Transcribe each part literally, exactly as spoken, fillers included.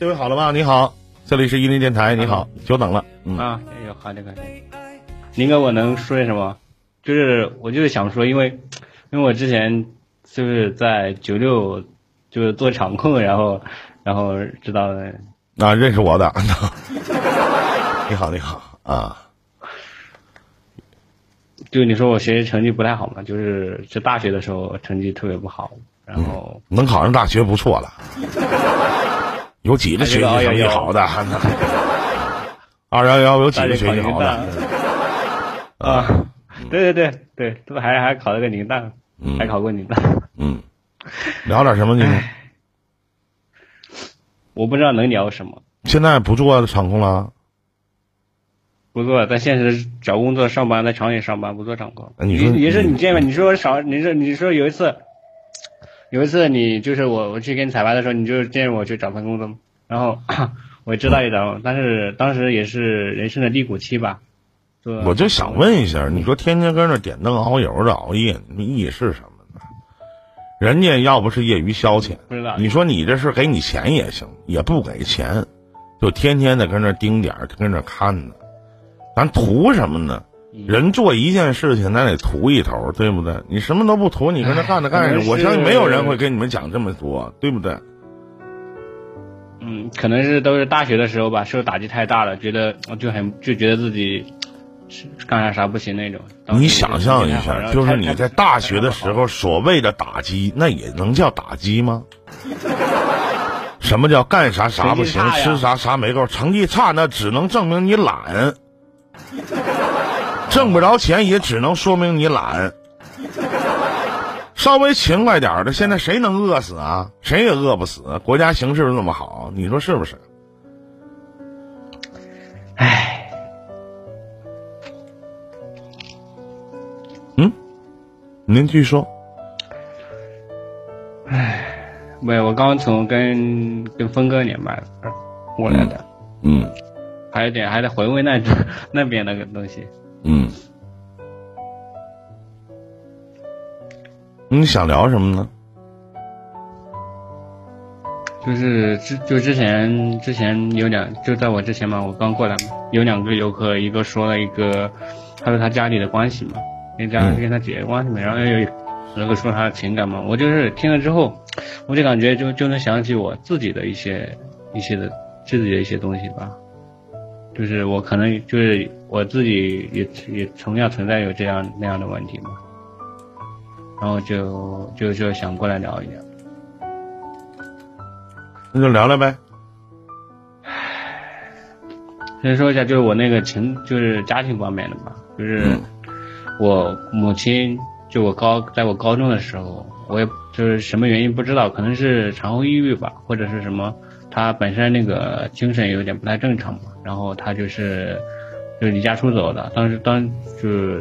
这位好了吗？你好，这里是伊林电台，你好，久等了。嗯啊，哎呦，好的好的。林哥，我能说点什么？就是我就是想说，因为因为我之前就是在九六就是做场控，然后然后知道的。 啊，认识我的。你好，你好啊。 就你说我学习成绩不太好嘛，就是是大学的时候成绩特别不好，然后、 嗯、能考上大学不错了。有几个学习成绩好的？二幺幺有几个学习好的？ 啊，对对对对，这不还还考了个宁大，嗯、还考过宁大。 嗯，聊点什么呢？ 我不知道能聊什么。 现在不做场控了？ 不做，在现实找工作上班，在厂里上班，不做场控。 你说也是你见面，你说少，你说你说有一次，有一次你就是我我去给你彩排的时候，你就建议我去找份工作，然后我知道一找，但是当时也是人生的低谷期吧。 我就想问一下，你说天天跟那点灯熬油的熬夜，你意义是什么呢？人家要不是业余消遣， 不知道。 你说你这是给你钱也行，也不给钱，就天天的跟那盯点，跟那看呢。咱图什么呢？人做一件事情，咱得图一头，对不对？你什么都不图，你跟那干着干着，我相信没有人会跟你们讲这么多，对不对？ 嗯，可能是都是大学的时候吧，受打击太大了，觉得就很就觉得自己干啥啥不行那种。 你想象一下，就是你在大学的时候所谓的打击，那也能叫打击吗？什么叫干啥啥不行，吃啥啥没够？成绩差那只能证明你懒。挣不着钱也只能说明你懒。稍微勤快点的，现在谁能饿死啊？谁也饿不死，国家形势那么好，你说是不是？ 唉， 嗯，您继续说。 唉，没有，我刚从跟跟峰哥连麦过来的。 嗯。嗯， 还有点还得回味那那边那个东西。 嗯，你想聊什么呢？ 就是之就之前之前有两就在我之前嘛，我刚过来嘛，有两个游客，一个说了一个他说他家里的关系嘛，跟家跟他姐姐关系嘛，然后有那个说他的情感嘛，我就是听了之后，我就感觉就就能想起我自己的一些一些的自己的一些东西吧。就是我可能就是我自己也也同样存在有这样那样的问题嘛，然后就就就想过来聊一聊。 那就聊聊呗。 先说一下，就是我那个情，就是家庭方面的吧，就是我母亲，就我高在我高中的时候，我也就是什么原因不知道，可能是产后抑郁吧，或者是什么。他本身那个精神有点不太正常嘛，然后他就是就离家出走的，当时当就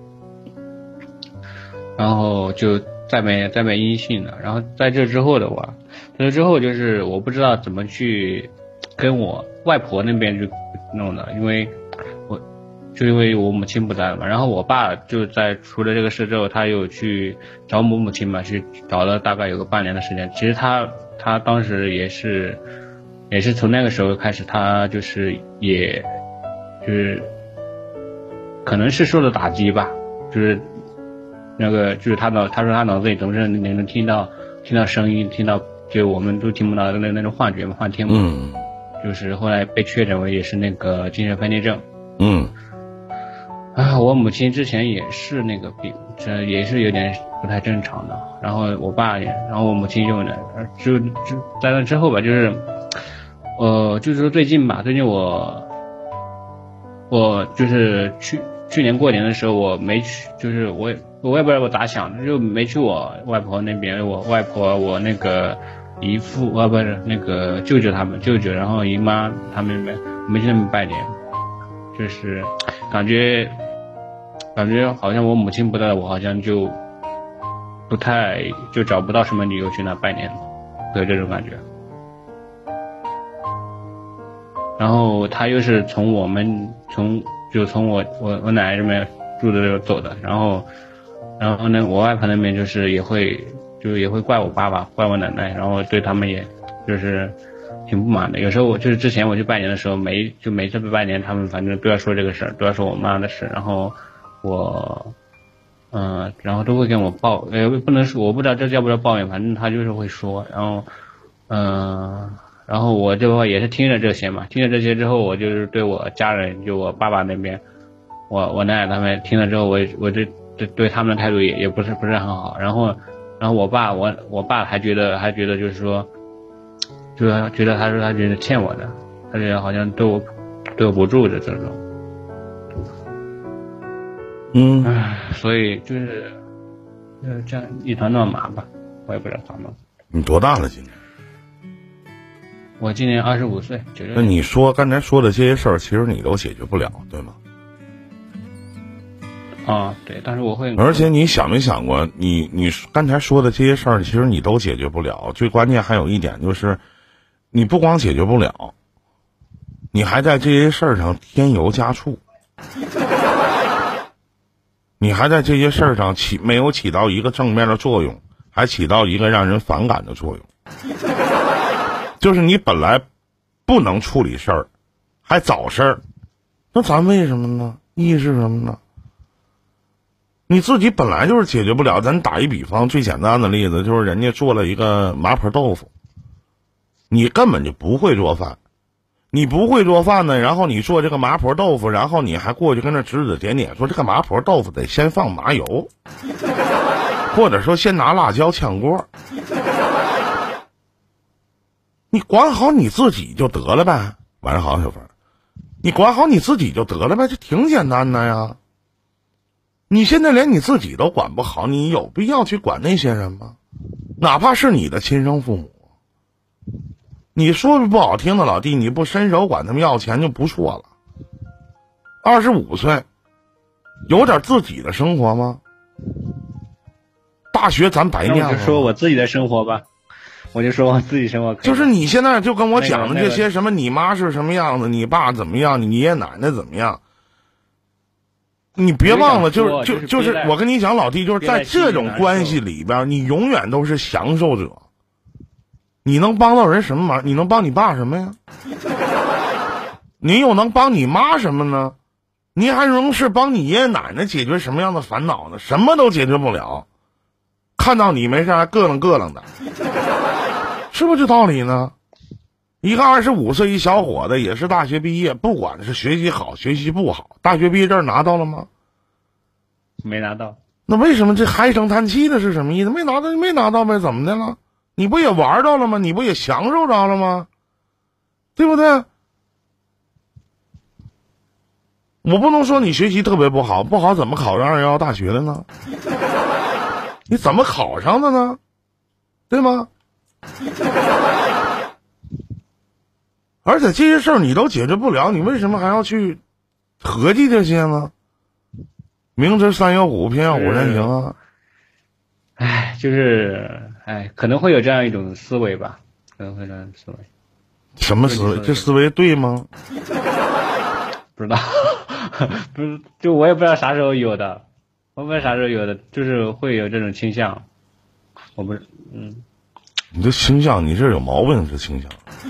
然后就再没再没音信了。然后在这之后的话，在这之后就是我不知道怎么去跟我外婆那边去弄的，因为我就因为我母亲不在了嘛，然后我爸就在出了这个事之后，他又去找我母亲嘛，去找了大概有个半年的时间。其实他他当时也是。也是从那个时候开始，他就是也就是可能是受了打击吧，就是那个就是他脑他说他脑子里总是能能听到听到声音，听到就我们都听不到的那那种幻觉嘛，幻听嘛。 嗯。 就是后来被确诊为也是那个精神分裂症。 嗯。 啊，我母亲之前也是那个病，这也是有点不太正常的。然后我爸也，然后我母亲就呢，就就在那之后吧，就是。呃，就是说最近吧，最近我，我就是去去年过年的时候，我没去，就是我我也不知道我咋想的，就没去我外婆那边，我外婆我那个姨父啊不是那个舅舅他们舅舅，然后姨妈他们没没去那边拜年，就是感觉感觉好像我母亲不在，我好像就不太就找不到什么理由去那拜年，有这种感觉。然后他又是从我们从就从我我我奶奶这边住的走的，然后然后呢我外婆那边就是也会就也会怪我爸爸怪我奶奶，然后对他们也就是挺不满的。有时候我就是之前我去拜年的时候，每就每次拜年，他们反正都要说这个事儿，都要说我妈的事，然后我，嗯、呃，然后都会跟我抱，呃，不能说我不知道这叫不叫抱怨，反正他就是会说，然后，嗯、呃，然后我这块也是听着这些嘛，听着这些之后，我就是对我家人，就我爸爸那边，我我奶奶他们听了之后，我我对对对他们的态度也也不是不是很好，然后，然后我爸我我爸还觉得还觉得就是说。就是觉得他说他觉得欠我的，他觉得好像对我对我不住的这种， 嗯， 唉，所以就是就是这样一团乱麻吧，我也不知道咋弄。 你多大了今年？ 我今年二十五岁，九六。 那你说刚才说的这些事儿，其实你都解决不了，对吗？ 啊，对，但是我会。 而且你想没想过，你你刚才说的这些事儿，其实你都解决不了。最关键还有一点就是。你不光解决不了，你还在这些事儿上添油加醋，你还在这些事儿上起没有起到一个正面的作用，还起到一个让人反感的作用。就是你本来不能处理事儿，还找事儿，那咱为什么呢？意义是什么呢？你自己本来就是解决不了。咱打一比方，最简单的例子就是人家做了一个麻婆豆腐。你根本就不会做饭，你不会做饭呢，然后你做这个麻婆豆腐，然后你还过去跟那指指点点说这个麻婆豆腐得先放麻油，或者说先拿辣椒炝锅，你管好你自己就得了呗。晚上好，小芬，你管好你自己就得了呗，这挺简单的呀。你现在连你自己都管不好，你有必要去管那些人吗？哪怕是你的亲生父母。你说句不好听的，老弟，你不伸手管他们要钱就不错了。二十五岁，有点自己的生活吗？大学咱白念了。 我就说我自己的生活吧，我就说我自己生活。 就是你现在就跟我讲的这些什么，你妈是什么样子，你爸怎么样，你爷爷奶奶怎么样，你别忘了，就是就就是我跟你讲，老弟，就是在这种关系里边，你永远都是享受者。你能帮到人什么忙？你能帮你爸什么呀？你又能帮你妈什么呢？你还能是帮你爷爷奶奶解决什么样的烦恼呢？什么都解决不了，看到你没事还咯楞咯楞的，是不是这道理呢？一个二十五岁一小伙子，也是大学毕业，不管是学习好学习不好，大学毕业证拿到了吗？ 没拿到。 那为什么这唉声叹气的是什么意思？没拿到没拿到呗，怎么的了？你不也玩到了吗？你不也享受着了吗？对不对？我不能说你学习特别不好，不好怎么考上二幺幺大学的呢？你怎么考上的呢？对吗？而且这些事儿你都解决不了，你为什么还要去合计这些呢？明知山有虎，偏要虎山行啊！ 唉，就是唉，可能会有这样一种思维吧，可能会有这样的思维。 什么思维？这思维对吗？ 不知道，不是，就我也不知道啥时候有的，我不知道啥时候有的，就是会有这种倾向。我不是，嗯。 你这倾向，你这有毛病，这倾向。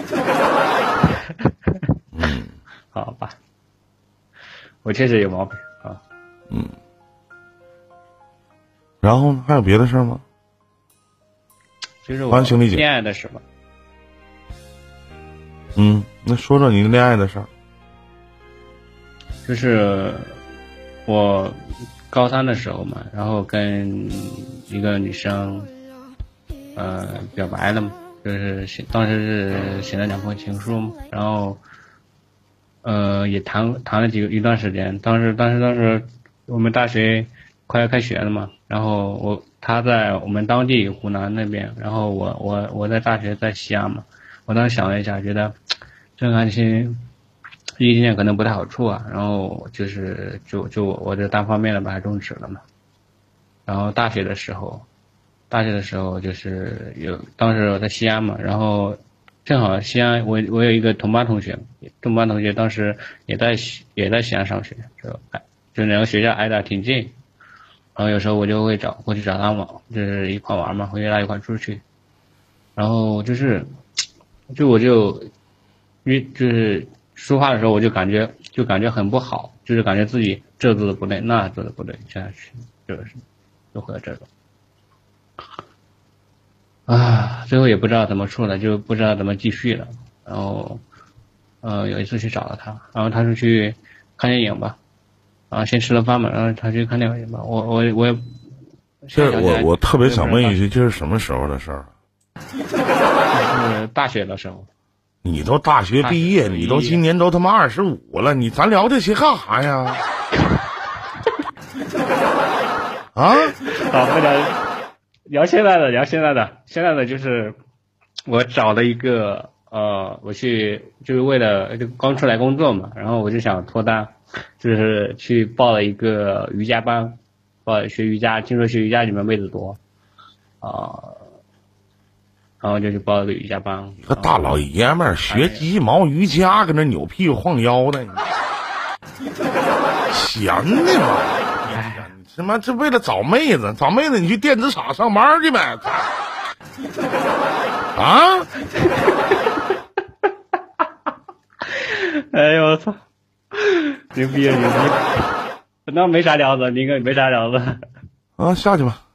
嗯， 好吧，我确实有毛病啊。 嗯。然后呢？还有别的事儿吗？ 就是我恋爱的事吧。 嗯，那说说你恋爱的事儿。 就是我高三的时候嘛，然后跟一个女生呃表白了嘛，就是写当时是写了两封情书嘛，然后呃也谈谈了几个一段时间，当时当时当时我们大学快要开学了嘛，然后我他在我们当地湖南那边，然后我我我在大学在西安嘛，我当时想了一下，觉得这段感情异地恋可能不太好处啊，然后就是就就我这单方面的把它终止了嘛。然后大学的时候，大学的时候就是有当时我在西安嘛，然后正好西安我我有一个同班同学，同班同学当时也在也在西安上学，就就两个学校挨得挺近，然后有时候我就会找过去找他玩，就是一块玩嘛，会约他一块出去，然后就是就我就，约就是说话的时候我就感觉就感觉很不好，就是感觉自己这做的不对，那做的不对，下去就是就会有这种。啊，最后也不知道怎么处了，就不知道怎么继续了。然后，呃，有一次去找了他，然后他说去看电影吧，然后先吃了饭嘛，然后他去看电影吧。我我我也， 这我我特别想问一句，这是什么时候的事儿？ 是大学的时候。 你都大学毕业，你都今年都他妈二十五了，你咱聊这些干啥呀？啊？ 好，不聊聊现在的，聊现在的，现在的就是我找了一个呃，我去就是为了就刚出来工作嘛，然后我就想脱单，就是去报了一个瑜伽班，报学瑜伽，听说学瑜伽里面妹子多啊。呃然后就去报了个瑜伽班。 这大老爷们儿学鸡毛瑜伽，搁那扭屁股晃腰的，闲的吗？哎，你他妈这为了找妹子，找妹子你去电子厂上班去呗。啊！ 哎呦我操！牛逼牛逼！那没啥聊的，林哥没啥聊的。 啊，下去吧。